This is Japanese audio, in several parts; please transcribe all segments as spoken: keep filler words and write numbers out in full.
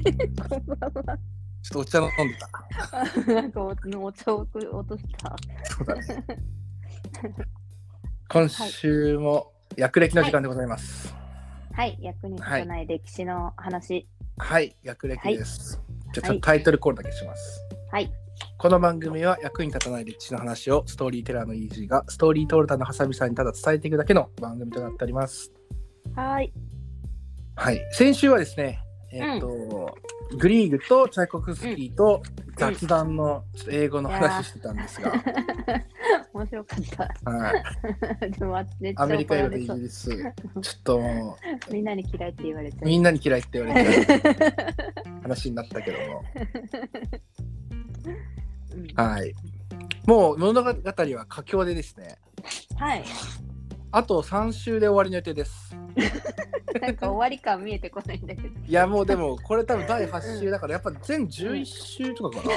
こんばんは。 ちょっとお茶飲んでた。 なんか お, お茶を落とした。 そうだね。今週も役歴の時間でございます。 はい、はい、役に立たない歴史の話。 はい、はい、役歴です。はい、じゃあちょっとタイトルコールだけします。 はい。 この番組は役に立たない歴史の話をストーリーテラーのイージーがストーリートールターのハサミさんにただ伝えていくだけの番組となっております。 はい。 はい、先週はですね、えーとうん、グリーグとチャイコフスキーと雑談の英語の話してたんですが、 面白かった。 はい。でもめっちゃアメリカ英語でイギリス、ちょっともうみんなに嫌いって言われて、 みんなに嫌いって言われて話になったけども、うん、はい。もう物語は佳境でですね。 はい。 あとさん週で終わりの予定です。 なんか終わり感見えてこないんだけど。 いやもうでもこれ多分だいはち週だからやっぱ全じゅういち週とかか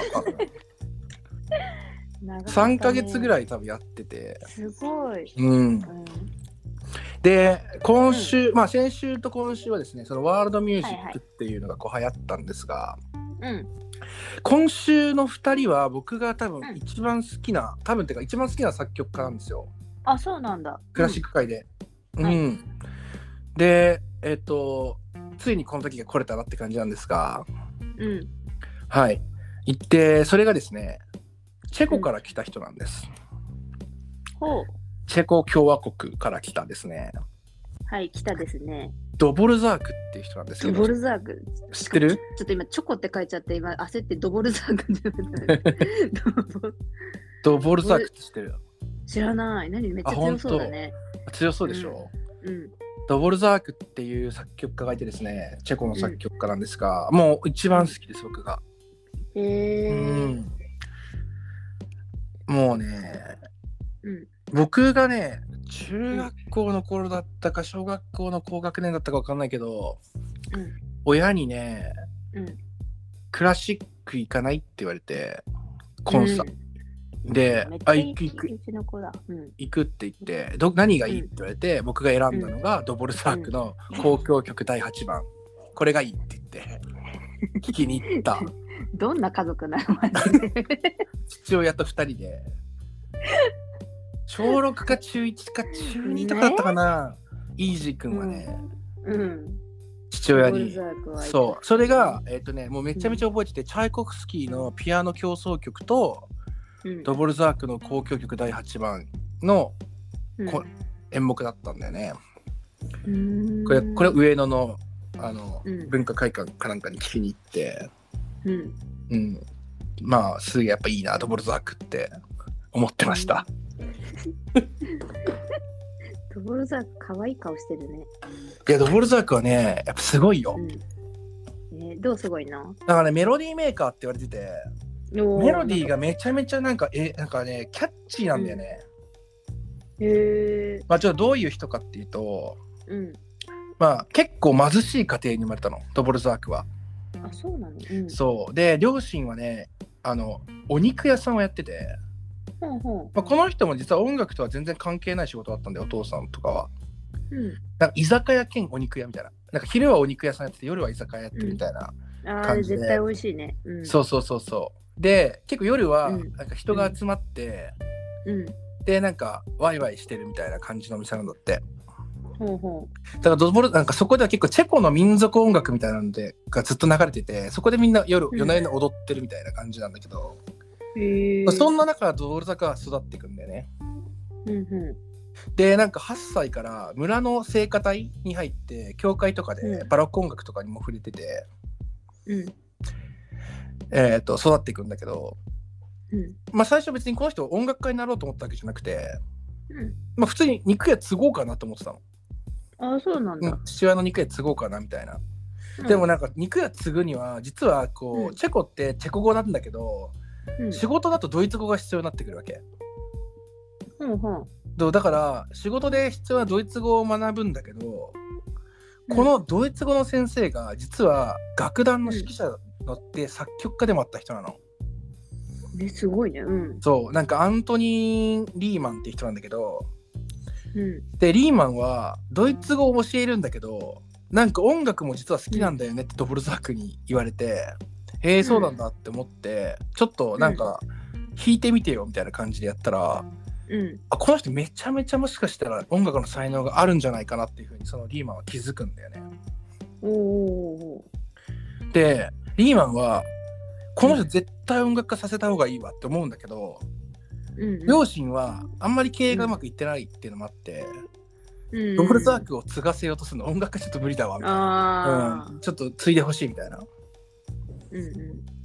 な。うん、さんかげつぐらい多分やってて。 すごい。 うん。うん、で今週、うん、まあ先週と今週はですね、そのワールドミュージックっていうのがこう流行ったんですが、 はいはい、うん、 今週のふたりは僕が多分一番好きな、うん、多分っていうか一番好きな作曲家なんですよ。 あ、そうなんだ。 クラシック界で。うん。 はい、 うん、で、えっと、ついにこの時が来れたなって感じなんですが、 うん。 はい。行って、それがですね、チェコから来た人なんです。 うん、ほう。 チェコ共和国から来たですね。 はい、来たですね。 ドボルザークっていう人なんですよ。 ドボルザーク知ってる？ ちょっと今チョコって書いちゃって今焦ってドボルザークってドボルザークって知ってる？ 知らない。何めっちゃ強そうだね。 強そうでしょ、 うん、うん、 ドボルザークっていう作曲家がいてですね、チェコの作曲家なんですが、うん、もう一番好きです、僕が。 へえー、 うん、もうね、 うん、 僕がね中学校の頃だったか小学校の高学年だったか分かんないけど、うん、親にね、うん、クラシック行かないって言われてコンサート、うん、で、あ、行く行く、うん、行くって言ってど何がいいって言われて、うん、僕が選んだのが、うん、ドボルザークの交響曲だいはちばん、これがいいって言って聞きに行った。 どんな家族なの？ 父親とふたりで小ろくか中いちか中にとかだったかな、ね、イージー君はね、うんうん、父親にそうそれが、えーとね、もうめちゃめちゃ覚えてて、うん、チャイコフスキーのピアノ協奏曲と、うん、ドボルザークの交響曲だいはちばんの、うん、演目だったんだよね。うんこれこれ上野の、あの、うん、文化会館かなんかに聞きに行って、うんうん、まあすげえやっぱいいなドボルザークって思ってました。 ドボルザーク可愛い顔してるね。 いやドボルザークはねやっぱすごいよ、うんえー、どうすごいの？ だからねメロディーメーカーって言われてて、メロディーがめちゃめちゃなんかえなんかねキャッチーなんだよね、 うん、へえ。 まあちょっとどういう人かっていうと、うん、まあ結構貧しい家庭に生まれたのドボルザークは。 あ、そうなの、うん、 そうで両親はねあのお肉屋さんをやってて、うんうんまあ、この人も実は音楽とは全然関係ない仕事だったんでお父さんとかは、うん、なんか居酒屋兼お肉屋みたいな、なんか昼はお肉屋さんやってて夜は居酒屋やってるみたいな感じで、 うん、あ絶対美味しいね、うん、 そうそうそうそうで結構夜はなんか人が集まって、うん、でなんかワイワイしてるみたいな感じのお店なんだって、ほうほうだからドボルなんかそこでは結構チェコの民族音楽みたいなのでがずっと流れてて、そこでみんな夜、うん、夜な夜な踊ってるみたいな感じなんだけど、へまあ、そんな中ドボルザークは育っていくんだよね、うんうん、でなんかはっさいから村の聖歌隊に入って教会とかでバロック音楽とかにも触れてて、うんえー、と育っていくんだけど、うんまあ、最初別にこの人音楽家になろうと思ったわけじゃなくて、うんまあ、普通に肉屋継ごうかなと思ってたの。 あ、そうなんだ、 うん、父親の肉屋継ごうかなみたいな、うん、でもなんか肉屋継ぐには実はこう、うん、チェコってチェコ語なんだけど、うん、仕事だとドイツ語が必要になってくるわけ、うんうん、だから仕事で必要なドイツ語を学ぶんだけど、うん、このドイツ語の先生が実は楽団の指揮者のって作曲家でもあった人なの、 うん、すごいね、うん、 そうなんかアントニー・リーマンっていう人なんだけど、うん、でリーマンはドイツ語を教えるんだけど、 なんか音楽も実は好きなんだよねってドボルザークに言われて、うん、えー、そうなんだって思って、うん、ちょっとなんか弾いてみてよみたいな感じでやったら、うん、あこの人めちゃめちゃもしかしたら音楽の才能があるんじゃないかなっていうふうにそのリーマンは気づくんだよね。おでリーマンはこの人絶対音楽家させた方がいいわって思うんだけど、うんうん、両親はあんまり経営がうまくいってないっていうのもあって、うん、ドボルザークを継がせようとするの音楽家ちょっと無理だわみたいな、うん、ちょっと継いでほしいみたいな、うんうん、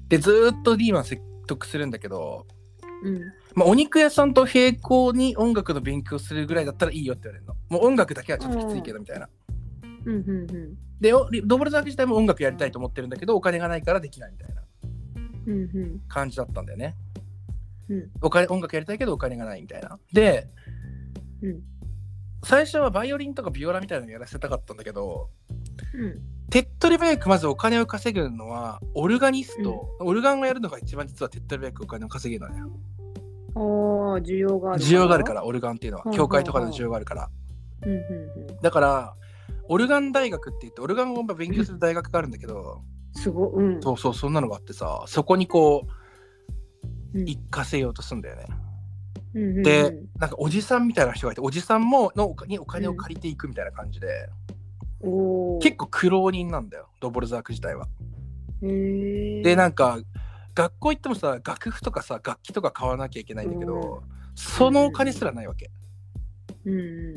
でずーっとリーマン説得するんだけど、うんまあ、お肉屋さんと並行に音楽の勉強するぐらいだったらいいよって言われるの。もう音楽だけはちょっときついけどみたいな、うんうんうん、でドボルザーク自体も音楽やりたいと思ってるんだけどお金がないからできないみたいな感じだったんだよね、うん、お金音楽やりたいけどお金がないみたいなで、うん、最初はバイオリンとかビオラみたいなのやらせたかったんだけど、うん、手っ取り早くまずお金を稼ぐのはオルガニスト、うん、オルガンをやるのが一番実は手っ取り早くお金を稼げるのよ。 あ需要があるから需要があるからオルガンっていうのは教会とかで需要があるから、うんうんうん、だからオルガン大学って言ってオルガンを勉強する大学があるんだけど、 すごい、うん、 そうそうそんなのがあってさそこにこう行かせようとするんだよね、うん、でなんかおじさんみたいな人がいておじさんものにお金を借りていくみたいな感じで、うん、結構苦労人なんだよドボルザーク自体は。へでなんか学校行ってもさ楽譜とかさ楽器とか買わなきゃいけないんだけど、うん、そのお金すらないわけ、うん、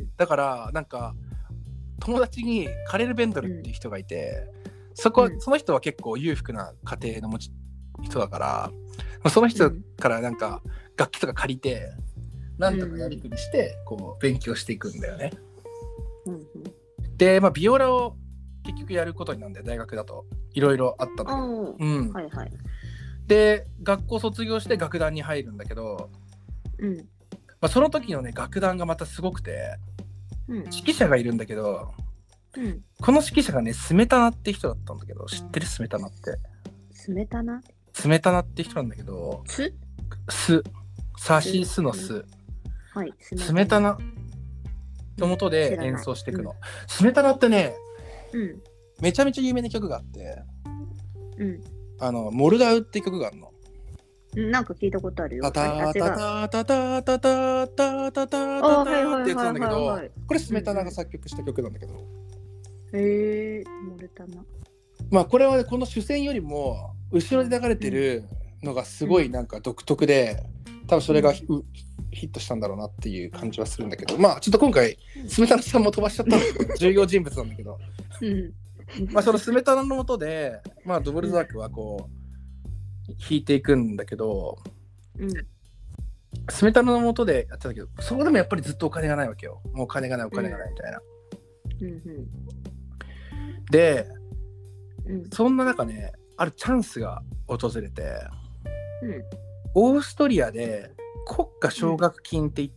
だからなんか友達にカレル・ベンドルっていう人がいて、うん、そこ、うん、その人は結構裕福な家庭の持ち人だからその人からなんか楽器とか借りて、うん、なんとかやりくりしてこう勉強していくんだよね、うん、で、まあ、ビオラを結局やることになるんだよ大学だといろいろあったんだけど、うんはいはい、で学校卒業して楽団に入るんだけど、うんまあ、その時のね楽団がまたすごくて、うん、指揮者がいるんだけど、うん、この指揮者がねスメタナって人だったんだけど知ってるスメタナってスメタナスメタナって人なんだけどススサシスのス、はい、スメタナの元で演奏していくの、うん、スメタナってね、うん、めちゃめちゃ有名な曲があって、うん、あのモルダウって曲があるの。 なんか聞いたことあるよ。 タタタタタタタタタタタタタってやつなんだけど、これスメタナが作曲した曲なんだけど。 へえ、モルタナ。 まあこれはこの主戦よりも後ろで流れてるのがすごいなんか独特で、多分それがヒットしたんだろうなっていう感じはするんだけど、まあちょっと今回スメタナさんも飛ばしちゃったんだけど、重要人物なんだけど、まあそのスメタナの下で、まあドボルザークはこう弾いていくんだけど、うん、スメタナの下でやってたけど、そこでもやっぱりずっとお金がないわけよ。もうお金がないお金がないみたいな。うんうん、で、うん、そんな中ね、あるチャンスが訪れて、うん、オーストリアで国家奨学金って言って、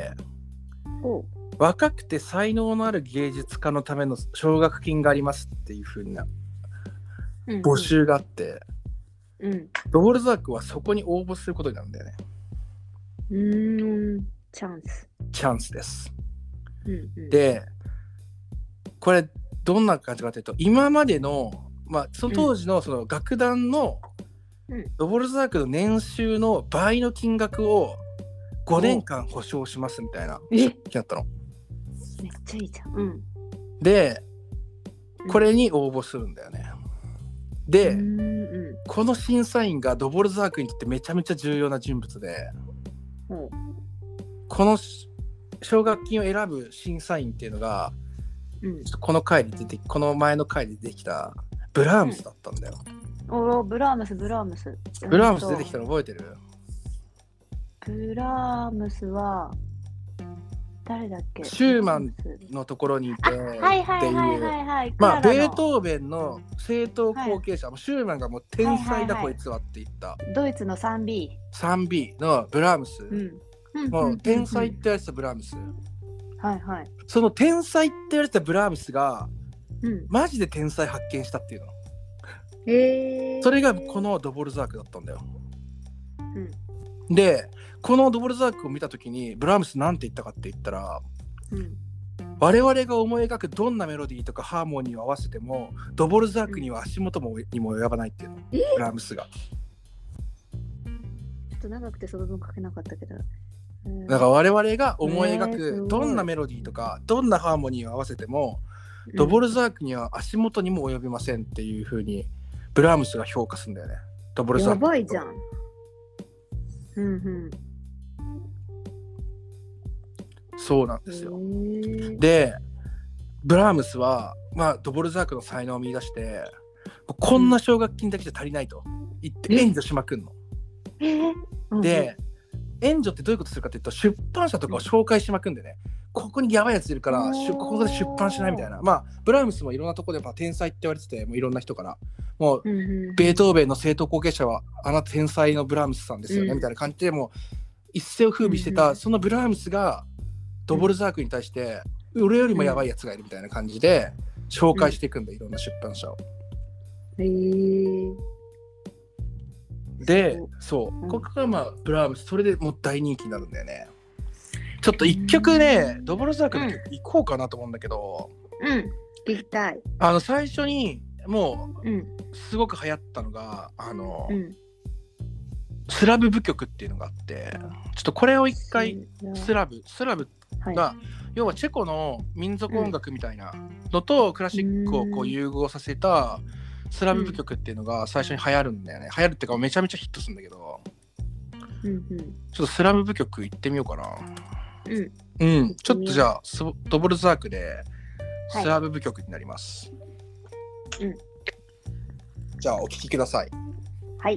うん、若くて才能のある芸術家のための奨学金がありますっていう風な募集があって、うんうん、ドボルザークはそこに応募することになるんだよね。 うーん、チャンス。 チャンスです。うんうん、で、これどんな感じかというと、今までの、まあ、その当時のその楽団のドボルザークの年収の倍の金額をごねんかん保証しますみたいな決まったの。 めっちゃいいじゃん。うん、 で、これに応募するんだよね。で、うんうん、この審査員がドボルザークにとってめちゃめちゃ重要な人物で、うん、この奨学金を選ぶ審査員っていうのが、うん、ちょっとこの回で出てこの前の回で出てきたブラームスだったんだよ。 うん、おブラームスブラームスブラームス出てきたの覚えてる？ ブラームスは誰だっけ？ シューマンのところにいてっていう、まあベートーベンの正統後継者、はい、シューマンがもう天才だ、はいはいはい、こいつはって言ったドイツの スリービースリービー のブラームス、うん、もう天才って言われてたブラームス、 はいはい、 その天才って言われてたブラームスが、うん、マジで天才発見したっていうの、へー、それがこのドボルザークだったんだよ、うん、でこのドボルザークを見たときにブラームスなんて言ったかって言ったら、うん、 我々が思い描くどんなメロディーとかハーモニーを合わせてもドボルザークには足元もにも及ばないっていうの、ブラームスが。 ちょっと長くてその分書けなかったけど、 だから我々が思い描くどんなメロディーとかどんなハーモニーを合わせてもドボルザークには足元にも及びませんっていう風にブラームスが評価するんだよね。ドボルザーク。 やばいじゃん。うんうん。 そうなんですよ。でブラームスは、まあ、ドボルザークの才能を見出してこんな奨学金だけじゃ足りないと言って援助しまくんの。で援助ってどういうことするかっていうと出版社とかを紹介しまくんでね、ここにやばいやついるからここで出版しないみたいな。まあブラームスもいろんなところでやっぱ天才って言われてて、もういろんな人からもう、うんうん、ベートーベンの正統後継者はあなた天才のブラームスさんですよね、うん、みたいな感じでもう一世を風靡してた、うんうん、そのブラームスがドボルザークに対して、うん、俺よりもやばいやつがいるみたいな感じで紹介していくんだ、うん、いろんな出版社を。へー。で、そう、うん、ここがまあブラームス、それでもう大人気になるんだよね。ちょっと一曲ね、うん、ドボルザークの曲いこうかなと思うんだけど、 うん、聞きたい。 あの最初にもうすごく流行ったのが、あの、うん、スラブ舞曲っていうのがあって、ちょっとこれを一回スラブ、スラブが、はい、要はチェコの民族音楽みたいなのとクラシックをこう融合させたスラブ舞曲っていうのが最初に流行るんだよね。流行るっていうかめちゃめちゃヒットするんだけど、うんうん、ちょっとスラブ舞曲行ってみようかな。うん、うん、ちょっとじゃあドボルザークでスラブ舞曲になります。はい、うん、じゃあお聴きください。 はい。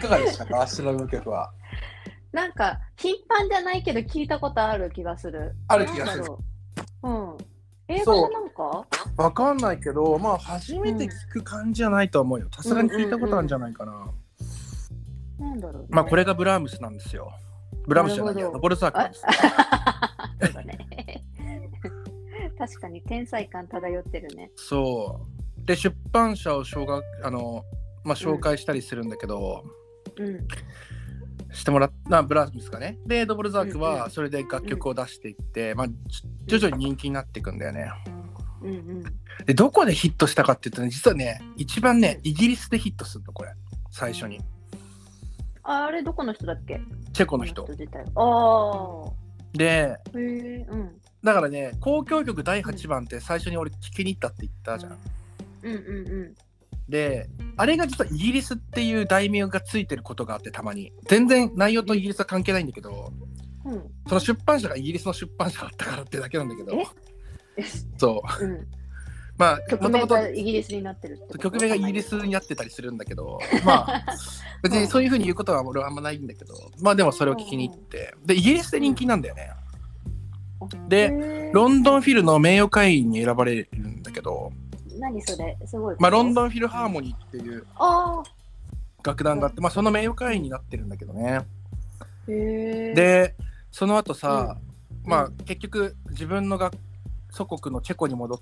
かがでしたか、アシュラム曲は。 なんか頻繁じゃないけど聞いたことある気がする。 ある気がする。 うん。映画かなんか？ わかんないけど、まあ初めて聞く感じじゃないと思うよ。さすがに聞いたことあるんじゃないかな。 うんうんうん、なんだろう、ね。 まあこれがブラームスなんですよ。ブラームスじゃないよ。ドボルザークなんです。 そうだね。確かに天才感漂ってるね。 そう。で出版社を紹介あのまあ紹介したりするんだけど。うん。うんしてもらったブラームスがね。でドボルザークはそれで楽曲を出していって、うん、まあ徐々に人気になっていくんだよね。うんうん、でどこでヒットしたかっていうとね、実はね一番ねイギリスでヒットするのこれ最初に。 あれどこの人だっけ？ チェコの人。 の人あで、 へー、うん、 だからね交響曲だいはちばんって最初に俺聴きに行ったって言ったじゃん。 うんうんうん。 であれが実はイギリスっていう題名がついてることがあって、たまに全然内容とイギリスは関係ないんだけど、うん、その出版社がイギリスの出版社だったからってだけなんだけど、そう、うん、まあ曲名がイギリスになってるってこと？ 曲名がイギリスになってたりするんだけどまあ別にそういう風に言うことは俺はあんまないんだけど、まあでもそれを聞きに行って、でイギリスで人気なんだよね。でロンドンフィルの名誉会員に選ばれるんだけど、 何それすごい。 まあロンドンフィルハーモニーっていう楽団があって、まあその名誉会員になってるんだけどね。へでその後さ、うん、まあ結局自分のが祖国のチェコに戻って、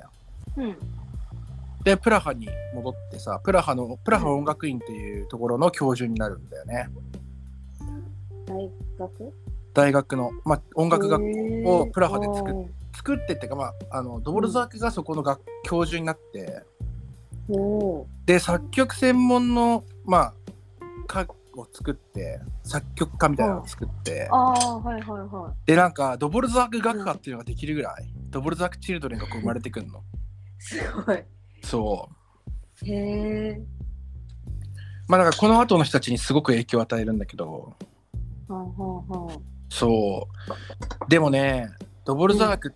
うん、でプラハに戻ってさ、プラハのプラハ音楽院っていうところの教授になるんだよね。 大学？ 大学の、まあ、音楽学校をプラハで作って作ってっていうか、まあ、あのドボルザークがそこの学教授になって、うん、で作曲専門の、まあ、科を作って作曲家みたいなのを作って、 ああ、はいはいはい、 でなんかドボルザーク学科っていうのができるぐらい、うん、ドボルザークチルドレンがこう生まれてくるの。 すごい。 そうへえ。 まあだからこの後の人たちにすごく影響を与えるんだけど、 はんはんはん、 そうでもねドボルザークって、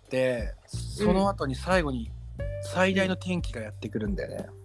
うん、その後に最後に最大の転機がやってくるんだよね。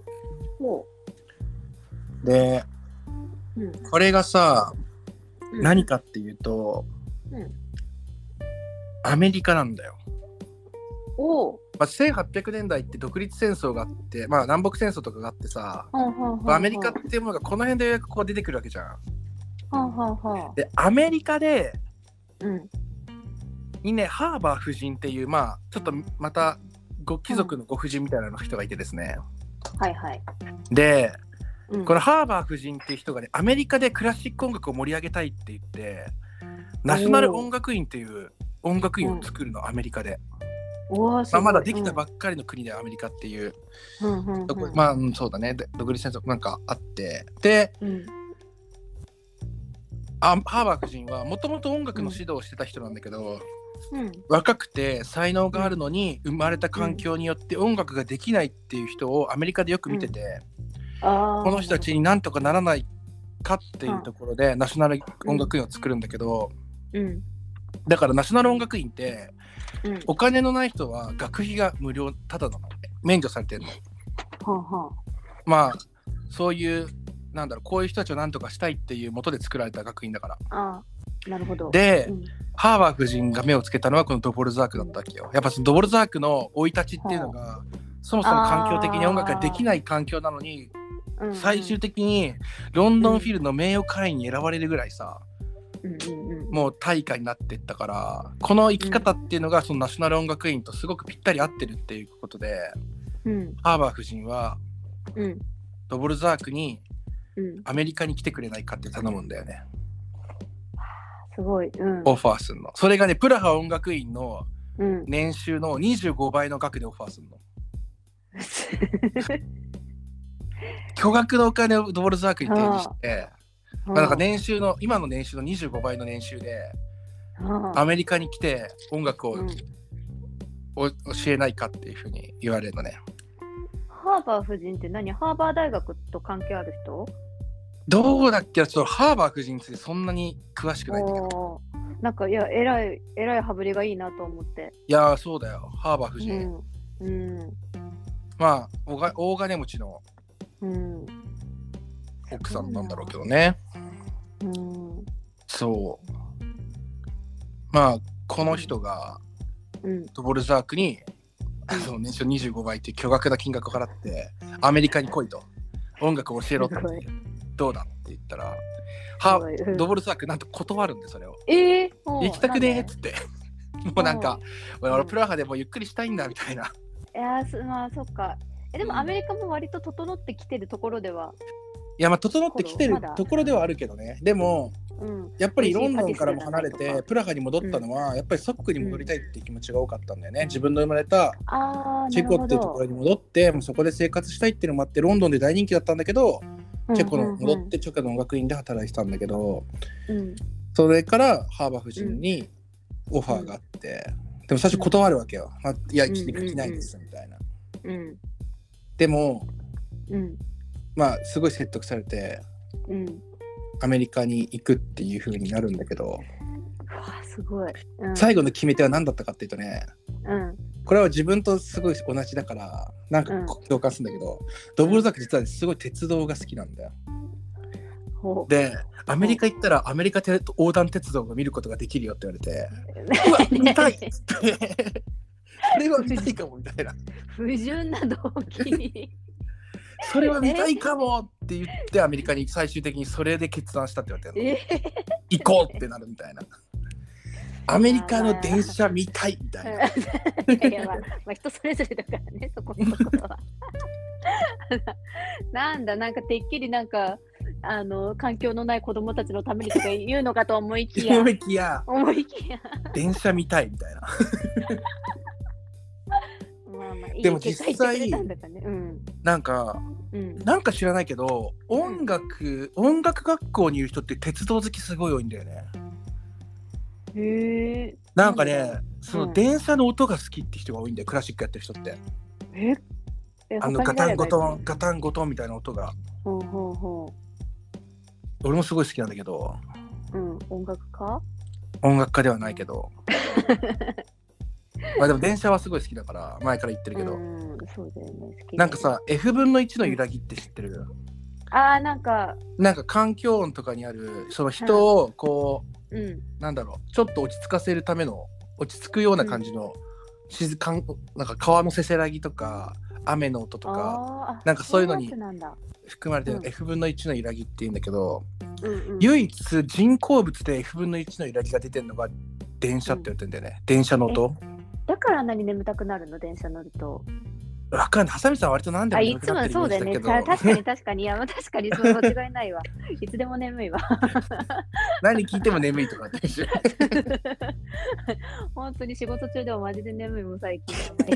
うん、で、うん、これがさ、うん、何かっていうと、うん、アメリカなんだよ。 お、 まあ、せんはっぴゃくねんだいって独立戦争があって、まあ、南北戦争とかがあってさ、はんはんはんはん、アメリカっていうものがこの辺でようやくこう出てくるわけじゃん。 はんはんはん、 でアメリカで、 うんにね、ハーバー夫人っていう、まあちょっとまたご貴族のご婦人みたいな人がいてですね、 うん、はいはい。 で、うん、このハーバー夫人っていう人がね、アメリカでクラシック音楽を盛り上げたいって言って、ナショナル音楽院っていう音楽院を作るの、うん、アメリカで。まあ、まだできたばっかりの国でアメリカっていう、うんうんうん、まあ、うん、そうだね、独立戦争なんかあって、で、うん、あハーバー夫人はもともと音楽の指導をしてた人なんだけど、うん、若くて才能があるのに生まれた環境によって音楽ができないっていう人をアメリカでよく見てて、うん、この人たちになんとかならないかっていうところでナショナル音楽院を作るんだけど、うん、だからナショナル音楽院って、うん、お金のない人は学費が無料ただなの免除されてるの、はあはあ、まあそういうなんだろう、こういう人たちをなんとかしたいっていう元で作られた学院だから。 あ、なるほど。 で、 うん、 ハーバー夫人が目をつけたのはこのドボルザークだったわけよ。やっぱそのドボルザークの生い立ちっていうのが、はあ、そもそも環境的に音楽ができない環境なのに、最終的にロンドンフィルの名誉会員に選ばれるぐらいさ、うんうんうん、もう大家になっていったから、この生き方っていうのがそのナショナル音楽院とすごくぴったり合ってるっていうことで、うん、ハーバー夫人は、うん、ドボルザークにうん、アメリカに来てくれないかって頼むんだよね。 すごい、うん、 オファーするの。それがね、プラハ音楽院の年収のにじゅうごばいの額でオファーするの。巨額のお金をドボルザークに提示して、まあ、なんか年収の今の年収のにじゅうごばいの年収でアメリカに来て音楽を、うん、教えないかっていうふうに言われるのね。 ハーバー夫人って何？ハーバー大学と関係ある人？ どうだっけ？ちょっとハーバー夫人についてそんなに詳しくないんだけど。 なんかいや、えらいえらい羽振りがいいなと思って。 いやそうだよ、ハーバー夫人。うん。うん、まあ大金持ちの。 うん。 奥さんなんだろうけどね。 うん、 そうまあこの人が、うん、ドボルザークに、うん、その年収にじゅうごばいっていう巨額な金額を払ってアメリカに来いと音楽を教えろってどうだって言ったらは、うん、ドボルザークなんと断るんでそれを、 えー、 行きたくねえっつってもうなんか俺プラハでもうゆっくりしたいんだみたいな。 いやーまあそっか。えでもアメリカも割と整ってきてるところでは、 いやまあ整ってきてるところではあるけどね。でも、うん、やっぱりロンドンからも離れてプラハに戻ったのは、うん、やっぱり祖国に戻りたいっていう気持ちが多かったんだよね、うん、自分の生まれたチェコっていうところに戻ってもうそこで生活したいっていうのもあってロンドンで大人気だったんだけど、うん、チェコに戻ってチェコの音楽院で働いてたんだけど、うん、それからハーバー夫人にオファーがあって、うん、でも最初断るわけよ、まあ、いや行きないですみたいな、うん、でも、うん、まあすごい説得されて、うん、アメリカに行くっていう風になるんだけど、わあすごい、うん、 最後の決め手は何だったかっていうとね、うん、これは自分とすごい同じだからなんか共感するんだけど、うん、ドボルザーク実はすごい鉄道が好きなんだよ、うん、でアメリカ行ったらアメリカ横断鉄道が見ることができるよって言われてうわ見たいってそれは見たいかもみたいな不純な動機それは見たいかもって言ってアメリカに最終的にそれで決断したって言われてるの、えー、行こうってなるみたいなアメリカの電車見たいみたいな。 いやまあ、まあ、人それぞれだからねそこのところはなんだなんかてっきりなんかあの環境のない子供たちのためにとか言うのかと思いきや思いきや思いきや電車見たいみたいなまあまあいいでも実際な、ねうん、なんか、うん、なんか知らないけど音楽、うん、音楽学校にいる人って鉄道好きすごい多いんだよね。 へえ。 なんかね、その電車の音が好きって人が多いんだよ、クラシックやってる人って。 ええあのガタンゴトンガタンゴトンみたいな音が。 ほうほうほう。 俺もすごい好きなんだけど。 うん、音楽家？ 音楽家ではないけど。まあでも電車はすごい好きだから前から言ってるけど。うん、そうだよね。好きだよね。なんかさ エフぶんのいちの揺らぎって知ってる？うん、 あーなんかなんか環境音とかにあるその人をこう。うん、なんだろうちょっと落ち着かせるための落ち着くような感じの、うん、静かんなんか川のせせらぎとか雨の音とかなんかそういうのに含まれてる エフぶんのいちの揺らぎっていうんだけど、うんうん、唯一人工物で エフぶんのいちの揺らぎが出てるのが電車って言ってるんだよね、うん、電車の音。 だからあんなに眠たくなるの電車乗ると。 わかんない。ハサミさんは割と何でも眠くなってるイメージだけど。 あ、いつもそうだよね。確かに確かに。いや、確かにその間違いないわ。いつでも眠いわ。 何聞いても眠いとかって本当に仕事中でもマジで眠いもん最近。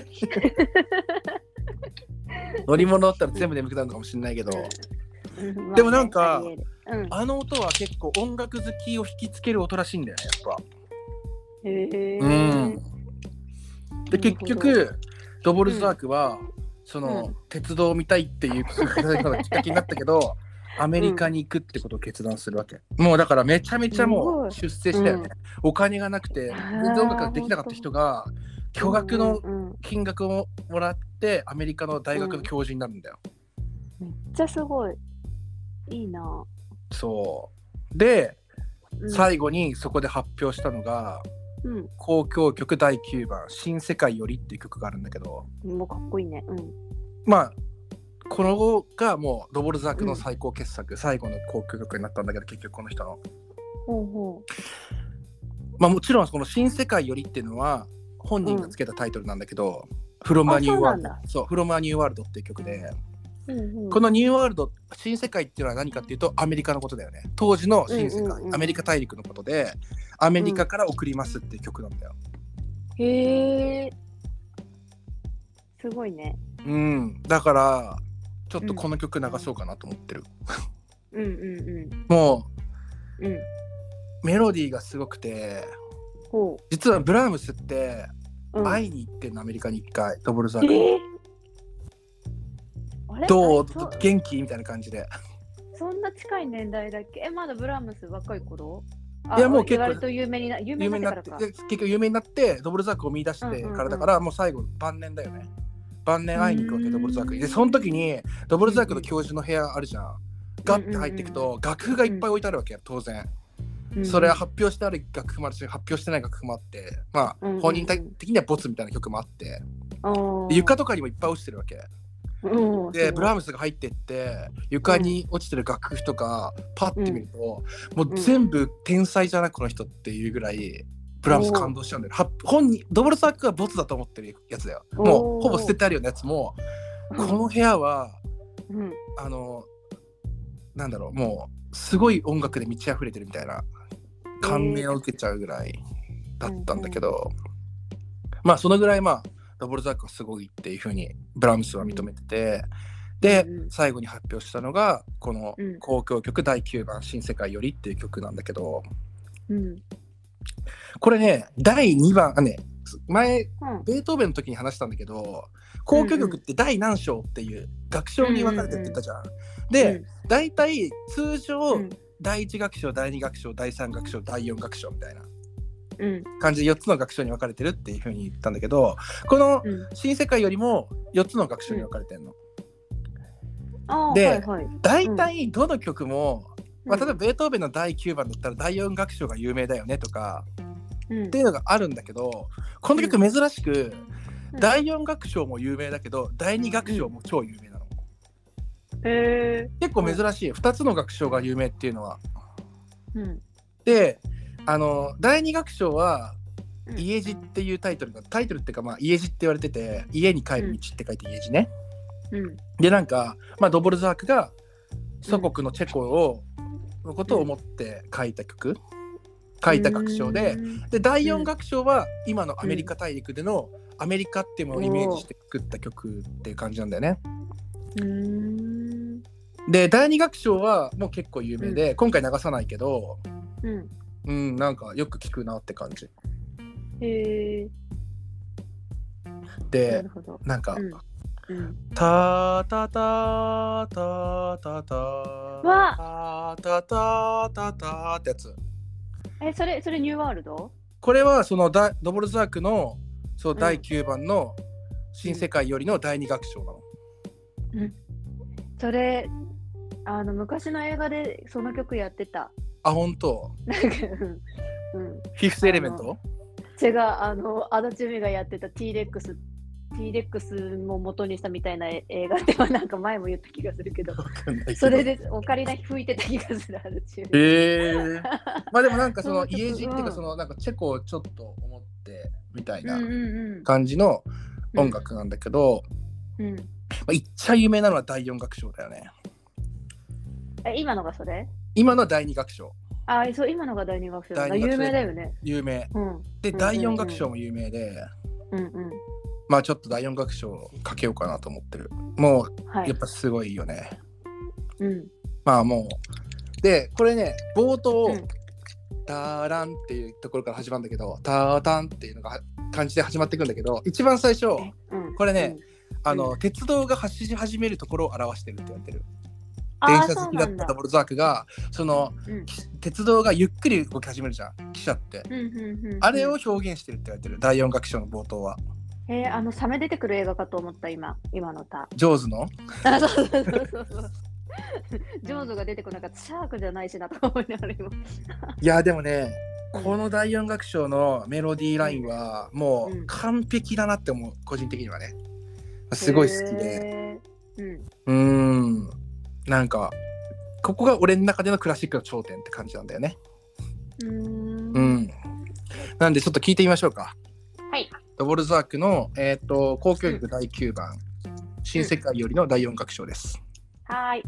乗り物だったら全部眠くなるのかもしれないけど。うん、でもなんか、うん、あの音は結構音楽好きを引きつける音らしいんだよね、やっぱ。 へー。 うん。で、結局、ドボルザークは、うん、その、うん、鉄道を見たいっていうことがきっかけになったけどアメリカに行くってことを決断するわけ、うん、もうだからめちゃめちゃもう出世したよね、うん、お金がなくて全然音楽ができなかった人が巨額の金額をもらってアメリカの大学の教授になるんだよ、 うん、めっちゃすごいいいな。 そうで、うん、最後にそこで発表したのがうん、交響曲だいきゅうばん新世界よりっていう曲があるんだけどもうかっこいいね、うん、 まあこのがもうドボルザークの最高傑作、うん、最後の交響曲になったんだけど結局この人のほうほうまあもちろんこの新世界よりっていうのは本人がつけたタイトルなんだけど、うん、From a New World そう From a New World っていう曲でうんうん、このニューワールド新世界っていうのは何かっていうとアメリカのことだよね。当時の新世界、うんうんうん、アメリカ大陸のことでアメリカから送りますっていう曲なんだよ、 うん、へえすごいね。 うんだからちょっとこの曲流そうかなと思ってる、 うん、うんうんうんもう、うん、メロディーがすごくてほう実はブラームスって会いに行ってんの、アメリカに一回ドボルザーク、えーどう元気みたいな感じで。 そんな近い年代だっけ？えまだブラームス若い頃？ いやもう結構割と有名にな有名になってからか。 結局有名になってドボルザークを見出してからだから、うんうんうん、もう最後晩年だよね。晩年会いに行くわけドボルザークに。でその時にドボルザークの教授の部屋あるじゃん。 ガッて入っていくと、うんうんうん、楽譜がいっぱい置いてあるわけよ当然、うん、それは発表してある楽譜もあるし発表してない楽譜もあって、まあ、うんうんうん、本人的にはボツみたいな曲もあって、で床とかにもいっぱい落ちてるわけ、うん、でブラームスが入ってって床に落ちてる楽譜とかパッて見ると、うん、もう全部天才じゃないこの人っていうぐらいブラームス感動しちゃうんだよ。本人ドボルザークはボツだと思ってるやつだよ。もうほぼ捨ててあるようなやつも、この部屋は、うん、あのなんだろうもうすごい音楽で満ち溢れてるみたいな感銘を受けちゃうぐらいだったんだけど、うんうん、まあそのぐらいまあドボルザークはすごいっていう風にブラームスは認めてて、で、うん、最後に発表したのがこの交響曲だいきゅうばん新世界よりっていう曲なんだけど、うん、これねだいにばんあね前、うん、ベートーベンの時に話したんだけど交響曲って第何章っていう楽章に分かれてって言ったじゃん、うんうん、で、だいたい通常、うん、だいいち楽章だいに楽章だいさん楽章だいよん楽章みたいな感じでよっつの楽章に分かれてるっていう風に言ったんだけど、この新世界よりもよっつの楽章に分かれてるの、うん、で、はいはい、だいたいどの曲も、うんまあ、例えばベートーベンのだいきゅうばんだったらだいよん楽章が有名だよねとか、うん、っていうのがあるんだけど、この曲珍しく、うん、だいよん楽章も有名だけどだいに楽章も超有名なの、うん、へー結構珍しいふたつの楽章が有名っていうのは、うん、であのだいに楽章は家路っていうタイトルがタイトルっていうかまあ家路って言われてて家に帰る道って書いて家路ね、うん、でなんか、まあ、ドボルザークが祖国のチェコを、のことを思って書いた曲、うん、書いた楽章で、でだいよん楽章は今のアメリカ大陸でのアメリカっていうものをイメージして作った曲っていう感じなんだよね。うーんでだいに楽章はもう結構有名で、うん、今回流さないけど、うんうん、なんかよく聞くなって感じ。へーで、なるほど。なんか、うんうん、タタタタタタわタタタタってやつ。 え、それそれニューワールド？ これはそのダドボルザークのそうだいきゅうばんの新世界よりのだいに楽章なの。 うん。それあの昔の映画でその曲やってた。 あ、本当。なんか、うん、フィフスエレメント？ 違う、あの足立美がやってた T レックス T レックスも元にしたみたいな映画ではなんか前も言った気がするけど、けどそれでオカリナ吹いてた気がする。ある中で。 へーまあでもなんかその家路っていうかそのなんかチェコをちょっと思ってみたいな感じの音楽なんだけど、うんうんうんまあ、いっちゃ有名なのはだいよん楽章だよね。 え、今のがそれ？ 今のだいに楽章。 あ、そう今のがだいに楽章だ。有名だよね。 有名。うん、で、だいよん楽章も有名で、うんうん、まあちょっとだいよん楽章かけようかなと思ってる。もう、はい、やっぱすごいよね。うん。まあもうでこれね冒頭、うん、ターランっていうところから始まるんだけど、タータンっていうのが感じで始まっていくんだけど、一番最初、うん、これね、うん、あの、うん、鉄道が走り始めるところを表してるって言われてる。電車好きだったドボルザークがその、うん、鉄道がゆっくり動き始めるじゃん、汽車って、うんうんうんうん、あれを表現してるって言われてる。だいよん楽章の冒頭は。 えー、あのサメ出てくる映画かと思った。今今の歌ジョーズのあそうそうそうそうジョーズが出てこなかった。シャークじゃないしなと思いながら今いやでもね、このだいよん楽章のメロディーラインはもう完璧だなって思う、個人的にはね。すごい好きで、うん、うーんなんかここが俺の中でのクラシックの頂点って感じなんだよね。うーん、うん、なんでちょっと聞いてみましょうか。はい。ドボルザークの、えー、と交響曲だいきゅうばん、うん、新世界よりのだいよん楽章です。 うん、はい。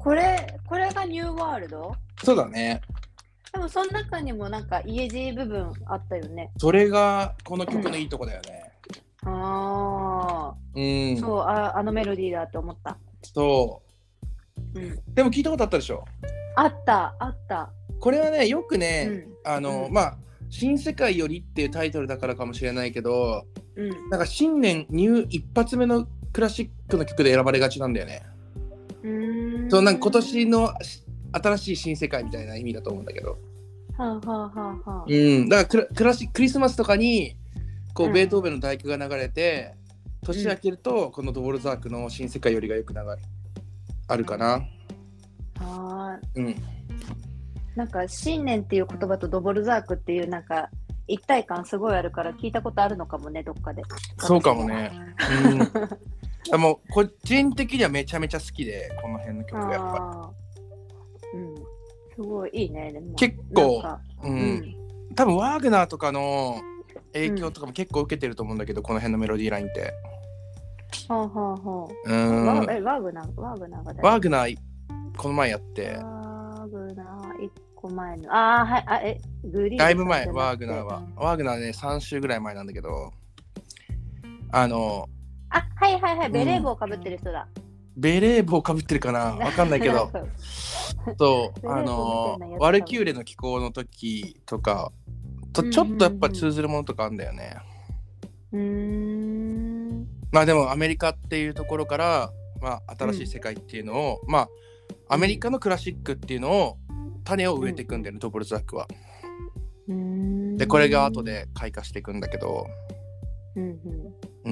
これ、これがニューワールド？ そうだね。 でもその中にもなんか家路部分あったよね。 それがこの曲のいいとこだよね。 うん、ああ、うん、そうあ、あのメロディーだって思った。 そう、うん、でも聞いたことあったでしょ？ あったあった。これはねよくね、うん、あの、うん、まあ新世界よりっていうタイトルだからかもしれないけど、うん、なんか新年ニュー一発目のクラシックの曲で選ばれがちなんだよね。うーん、そう、なんか今年の新しい新世界みたいな意味だと思うんだけど、 はあはあはあはあ、 うん、だからクラシクリスマスとかにこう、うん、ベートーベンの第九が流れて年明けると、うん、このドボルザークの新世界よりがよく流れあるかな。 あ、うん、なんか新年っていう言葉とドボルザークっていうなんか一体感すごいあるから聞いたことあるのかもね、どっかで。 そうかもね。うん、もう個人的にはめちゃめちゃ好きで、この辺の曲がやっぱり。うん、すごいいいね。でも結構、うんうん、多分ワーグナーとかの影響とかも結構受けてると思うんだけど、うん、この辺のメロディーラインって。 はあはあはあ、うんワー、えワーグナーワーグナーがワーグナーこの前やって。 ワーグナーいっこまえの。ああ、はい。あ、え、グリーだいぶ前、ワーグナーは。ワーグナーね、さん週ぐらい前なんだけど、あの、 あ、はいはいはい、ベレー帽かぶってる人だ。 うん、ベレー帽かぶってるかなわかんないけど、そう、あの、ワルキューレの気候の時とかとちょっとやっぱ通ずるものとかあるんだよね。うーん、まあでもアメリカっていうところから、まあ、新しい世界っていうのを、うん、まあアメリカのクラシックっていうのを種を植えていくんだよね、うん、ドボルザークは。うーん、でこれが後で開花していくんだけど、うんうんうん、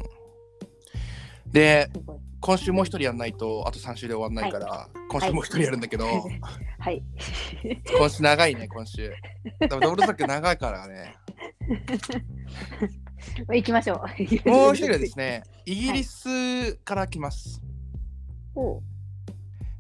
で今週もう一人やんないとあとさん週で終わんないから、はい、今週もう一人やるんだけど、 はい、 今週長いね今週。ドボルザーク長いからね。 行きましょう。もう一人はですね、イギリスから来ます。はい、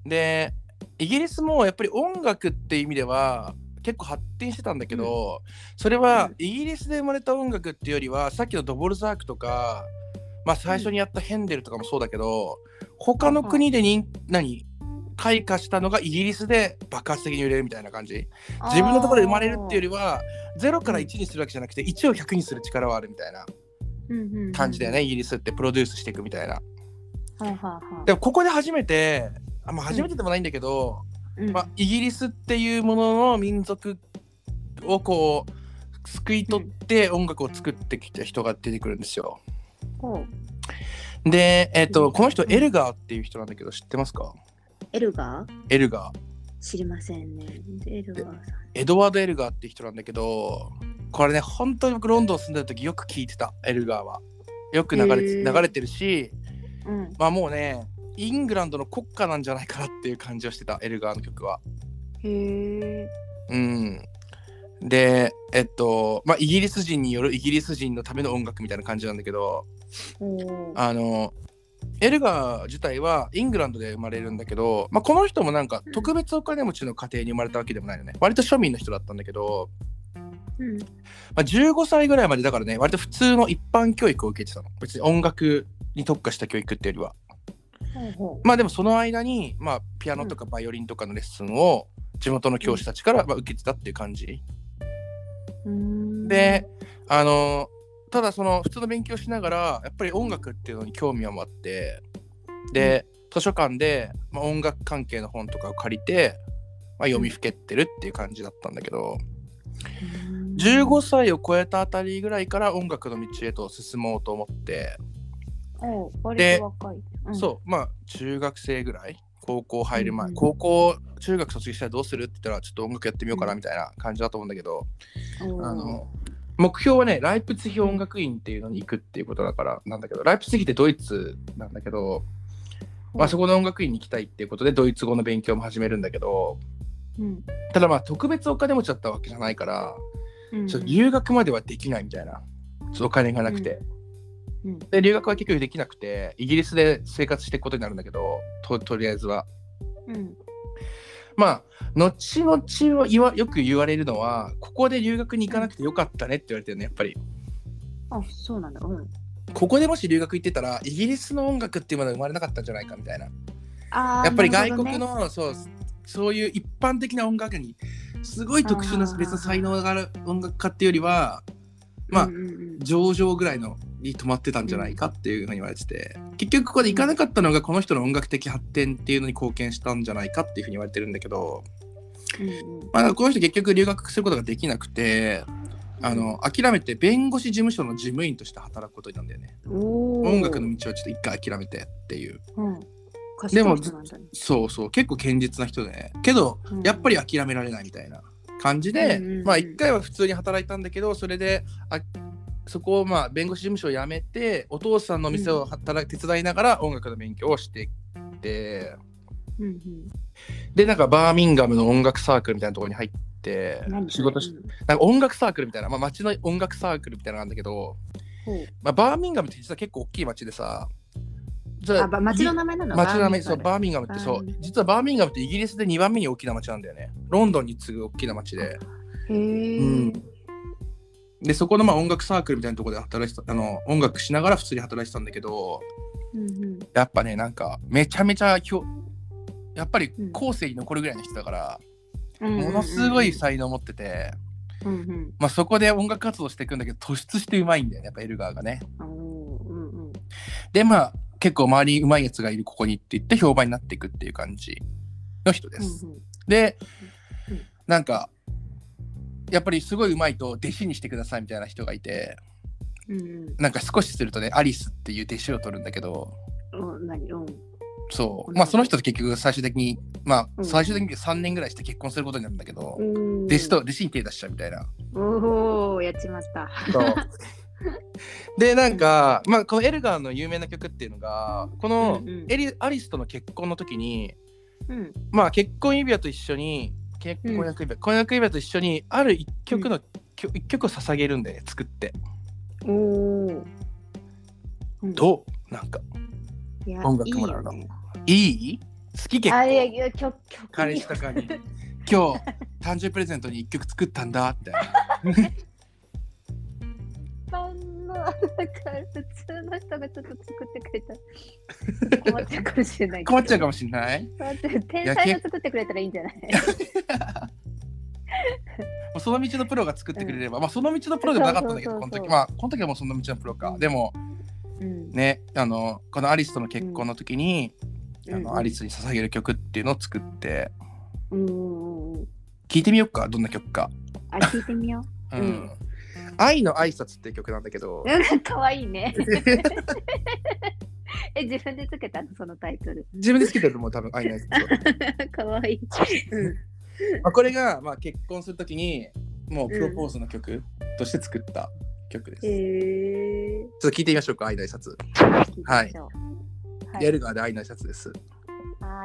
でイギリスもやっぱり音楽っていう意味では結構発展してたんだけど、うん、それはイギリスで生まれた音楽っていうよりはさっきのドボルザークとか、まあ、最初にやったヘンデルとかもそうだけど、うん、他の国でに何開花したのがイギリスで爆発的に売れるみたいな感じ。自分のところで生まれるっていうよりはゼロからいちにするわけじゃなくていちをひゃくにする力はあるみたいな感じだよね、イギリスってプロデュースしていくみたいな。でもここで初めてあ、まあ、初めてでもないんだけど、うんまあ、イギリスっていうものの民族をこう救い取って音楽を作ってきた人が出てくるんですよ。うん、で、えーと、この人エルガーっていう人なんだけど知ってますか？ エルガー？ エルガー知りませんね。エルガーさん。 エドワード・エルガーっていう人なんだけど、これね本当に僕ロンドン住んでる時よく聞いてた。エルガーはよく流れ、流れてるし、うん、まあもうねイングランドの国歌なんじゃないかなっていう感じをしてた、エルガーの曲は。へー。うん。で、えっと、まあイギリス人によるイギリス人のための音楽みたいな感じなんだけど、あのエルガー自体はイングランドで生まれるんだけど、まあ、この人もなんか特別お金持ちの家庭に生まれたわけでもないよね。割と庶民の人だったんだけど、うんまあ、じゅうごさいぐらいまでだからね、割と普通の一般教育を受けてたの。別に音楽に特化した教育っていうよりは。まあでもその間に、まあ、ピアノとかバイオリンとかのレッスンを地元の教師たちからまあ受けてたっていう感じ、うん、であのただその普通の勉強しながらやっぱり音楽っていうのに興味はあって、で、うん、図書館で、まあ、音楽関係の本とかを借りて、まあ、読みふけってるっていう感じだったんだけど、うん、じゅうごさいを超えたあたりぐらいから音楽の道へと進もうと思って、 割と若い、 うん、そうまあ中学生ぐらい高校入る前、うん、高校中学卒業したらどうするって言ったらちょっと音楽やってみようかなみたいな感じだと思うんだけど、うん、あの目標はねライプツィヒ音楽院っていうのに行くっていうことだからなんだけど、ライプツィヒってドイツなんだけど、うんまあ、そこの音楽院に行きたいっていうことでドイツ語の勉強も始めるんだけど、うん、ただまあ特別お金持ちだったわけじゃないから、うん、ちょっと留学まではできないみたいな、ちょっとお金がなくて、うん、で留学は結局できなくてイギリスで生活していくことになるんだけど と, とりあえずは、うん、まあ後々言わよく言われるのはここで留学に行かなくてよかったねって言われてるね、やっぱり。 あ、そうなんだ、うん、 ここでもし留学行ってたらイギリスの音楽っていうものが生まれなかったんじゃないかみたいなやっぱり外国の、ね、そう、そういう一般的な音楽にすごい特殊な別の才能がある音楽家っていうよりは、まあ、うんうんうん、上々ぐらいのに止まってたんじゃないかっていうふうに言われてて、結局ここで行かなかったのがこの人の音楽的発展っていうのに貢献したんじゃないかっていうふうに言われてるんだけど、うんうん、まあ、この人結局留学することができなくて、あの諦めて弁護士事務所の事務員として働くことになるんだよね。音楽の道をちょっと一回諦めてっていう、うん、でも、ね、そうそう結構堅実な人で、ね、けど、うん、やっぱり諦められないみたいな感じで、うんうんうん、まあ一回は普通に働いたんだけど、それであそこをまあ弁護士事務所を辞めてお父さんの店を働き手伝いながら音楽の勉強をしていって、うんうん、でなんかバーミンガムの音楽サークルみたいなところに入って仕事し、なんか音楽サークルみたいな、まあ、街の音楽サークルみたいなのなんだけど、うん、まあ、バーミンガムって実は結構大きい街でさ、 あ、街の名前なの？ 街の名前、そう、バーミンガムってそう、実はバーミンガムってイギリスでにばんめに大きな街なんだよね。ロンドンに次ぐ大きな街で。へー、うん、でそこのまあ音楽サークルみたいなところで働いてた、あの音楽しながら普通に働いてたんだけど、うんうん、やっぱねなんかめちゃめちゃひょやっぱり後世に残るぐらいの人だから、うん、ものすごい才能を持ってて、うんうん、まあ、そこで音楽活動していくんだけど突出してうまいんだよね、やっぱエルガーがね、うんうん、でまあ結構周りにうまいやつがいるここにって言って評判になっていくっていう感じの人です、うんうん、で、うん、なんかやっぱりすごいうまいと弟子にしてくださいみたいな人がいて、うんうん、なんか少しするとねアリスっていう弟子を取るんだけど、うん、何、うん、そう、まあその人と結局最終的にまあ最終的にさんねんぐらいして結婚することになるんだけど、うん、弟子と弟子に手出しちゃうみたいな。 おお、やっちまった。 そうでなんか、まあ、このエルガーの有名な曲っていうのがこのエリ、うんうん、アリスとの結婚の時に、うん、まあ結婚指輪と一緒に結婚約指輪、うん、婚約指輪と一緒にある一曲の、うん、一曲を捧げるんで、ね、作って。おお、うん、どうなんか音楽もらうのいい、ね、いい好き結構。あいやいや曲曲彼氏とかに今日誕生日プレゼントに一曲作ったんだってなんか普通の人がちょっと作ってくれたら困っちゃうかもしれない困っちゃうかもしれない。 天才が作ってくれたらいいんじゃないその道のプロが作ってくれれば、うん、まあその道のプロでもなかったんだけど、この時まあこの時はもうその道のプロか、うん、でも、うん、ね、あのこのアリスとの結婚の時に、うん、あのアリスに捧げる曲っていうのを作って、うん、聞いてみようか、どんな曲か。 あ、聞いてみよう。うん。うん愛の挨拶っていう曲なんだけどかわいいねえ、自分でつけたのそのタイトル？ 自分でつけたのも多分愛の挨拶かわいい、うん、 まあこれが、まあ、結婚するときにもうプロポーズの曲として作った曲です、うん、えー、ちょっと聞いてみましょうか、愛の挨拶。はい、はい、エルガーで愛の挨拶です。はい。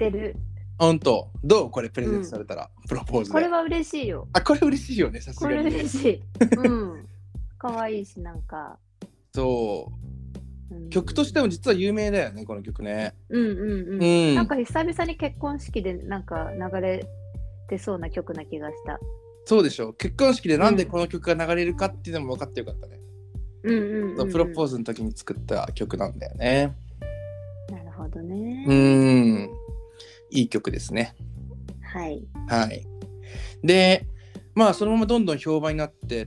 ってる。 ほんとどうこれプレゼントされたら、うん、プロポーズで。 これは嬉しいよ。 あ、これ嬉しいよね、さすがに。 これ嬉しい。うん。可愛いし、なんか。 そう、うん、曲としても実は有名だよね、この曲ね。 うんうんうん。うん、なんか久々に結婚式でなんか流れてそうな曲な気がした。 そうでしょ。結婚式でなんでこの曲が流れるかっていうのも分かってよかったね。 うんうんうんうん、 プロポーズの時に作った曲なんだよね。 なるほどね。 うん。いい曲ですね。 はい。 はい。で、まあそのままどんどん評判になってって、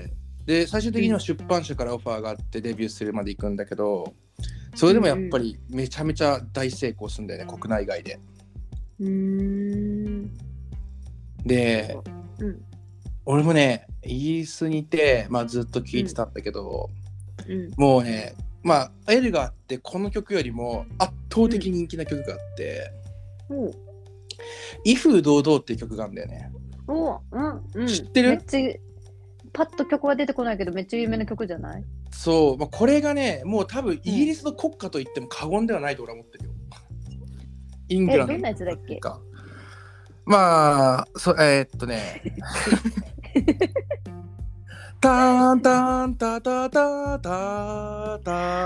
で最終的には出版社からオファーがあってデビューするまで行くんだけど、それでもやっぱりめちゃめちゃ大成功するんだよね、うん、国内外で。 うーん。 で、 うん、 俺もねイギリスにいて、まあ、ずっと聴いてたんだけど、 うん、 もうねまあエルがあってこの曲よりも圧倒的人気な曲があって、うん、威風堂々っていう曲があるんだよね。 お、うんうん、 知ってる？ めっちゃパッと曲は出てこないけどめっちゃ有名な曲じゃない？ そう、まあ、これがねもう多分イギリスの国歌と言っても過言ではないと俺は思ってるよ。イングランド。 え、どんなやつだっけ？ まあそえー、っとねタンタンタタタタタタ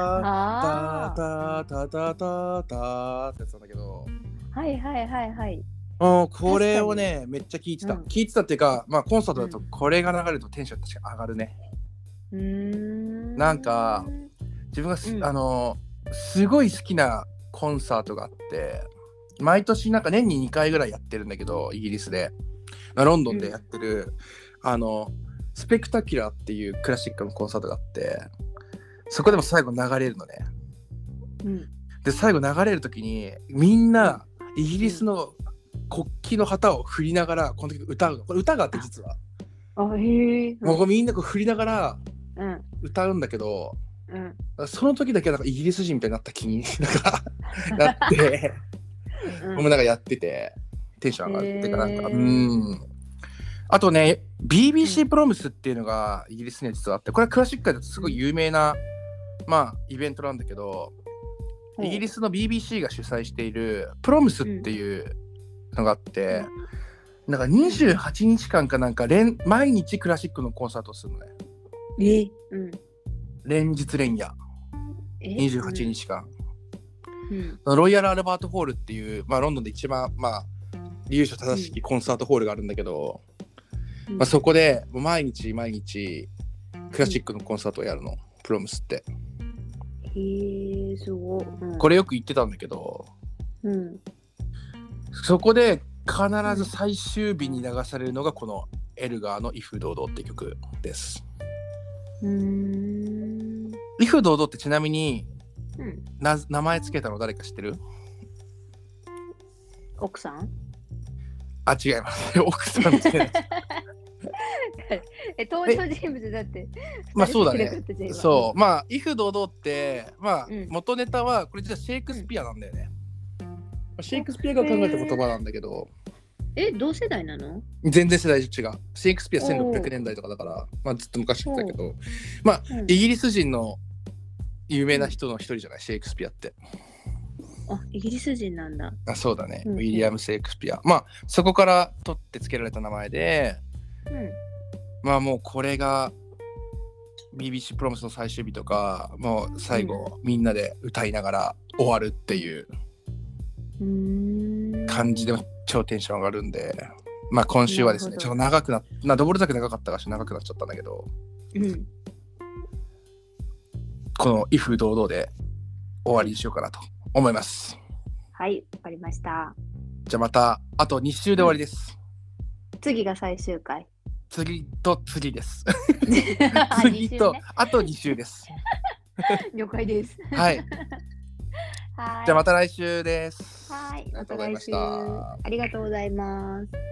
タタタタタってやつなんだけど、 はいはいはいはい。 うん、これをねめっちゃ聴いてた、うん、聴いてたっていうか、まあコンサートだとこれが流れるとテンション確か上がるね。うーん、なんか自分が、うん、あのすごい好きなコンサートがあって、毎年なんか年ににかいぐらいやってるんだけど、イギリスでロンドンでやってる、うん、あのスペクタキュラーっていうクラシックのコンサートがあって、そこでも最後流れるのね、うん、で最後流れる時にみんなイギリスの国旗の旗を振りながらこの時歌うの。これ歌があって実はあ、へえ、 もうみんなこう振りながら歌うんだけど、うん、その時だけなんかイギリス人みたいになった気になんかなってうん、もうなんかやっててテンション上がるっていうかなんか、うん。あとね ビービーシー プロミスっていうのがイギリスには実はあって、これはクラシック界だとすごい有名な、まあイベントなんだけど、イギリスの ビービーシー が主催しているプロミスっていうのがあって、なんかにじゅうはちにちかんかなんか連毎日クラシックのコンサートをするのね。 え、うん、 連日連夜にじゅうはちにちかん、うん、ロイヤルアルバートホールっていう、まあ、ロンドンで一番、まあ、由緒正しきコンサートホールがあるんだけど、うん、まあ、そこで毎日毎日クラシックのコンサートをやるの、うん、プロムスって。 へー、すごい、うん、 これよく言ってたんだけど、うん、そこで必ず最終日に流されるのがこのエルガーの威風堂々って曲です。うーん、威風堂々ってちなみに、うん、な名前つけたの誰か知ってる？ 奥さん？ あ、違います奥さんつけないえ、登場人物だってまあそうだね。そう、まあ威風堂々ってまあ、うん、元ネタはこれ実はシェイクスピアなんだよね、うん、シェイクスピアが考えた言葉なんだけど、 え、同世代なの？ 全然世代違う。シェイクスピアせんろっぴゃくねんだいとかだから、まあ、ずっと昔だけど、まあ、うん、イギリス人の有名な人の一人じゃない、シェイクスピアって。 あ、イギリス人なんだ。 あ、そうだね、うん、ウィリアム・シェイクスピア。まあそこから取って付けられた名前で、うん、まあもうこれが ビービーシー プロミスの最終日とかもう最後、うん、みんなで歌いながら終わるっていう感じで超テンション上がるんで、まあ今週はですねちょっと長くなっなドボルザク長かったから長くなっちゃったんだけど、うん、この威風堂々で終わりにしようかなと思います。 はい、わかりました。 じゃあまたあとに週で終わりです、 うん、次が最終回。 次と次です次と、ね、あとに週です了解ですはいはい、 じゃあまた来週です。 はい、また来週。ありがとうございます。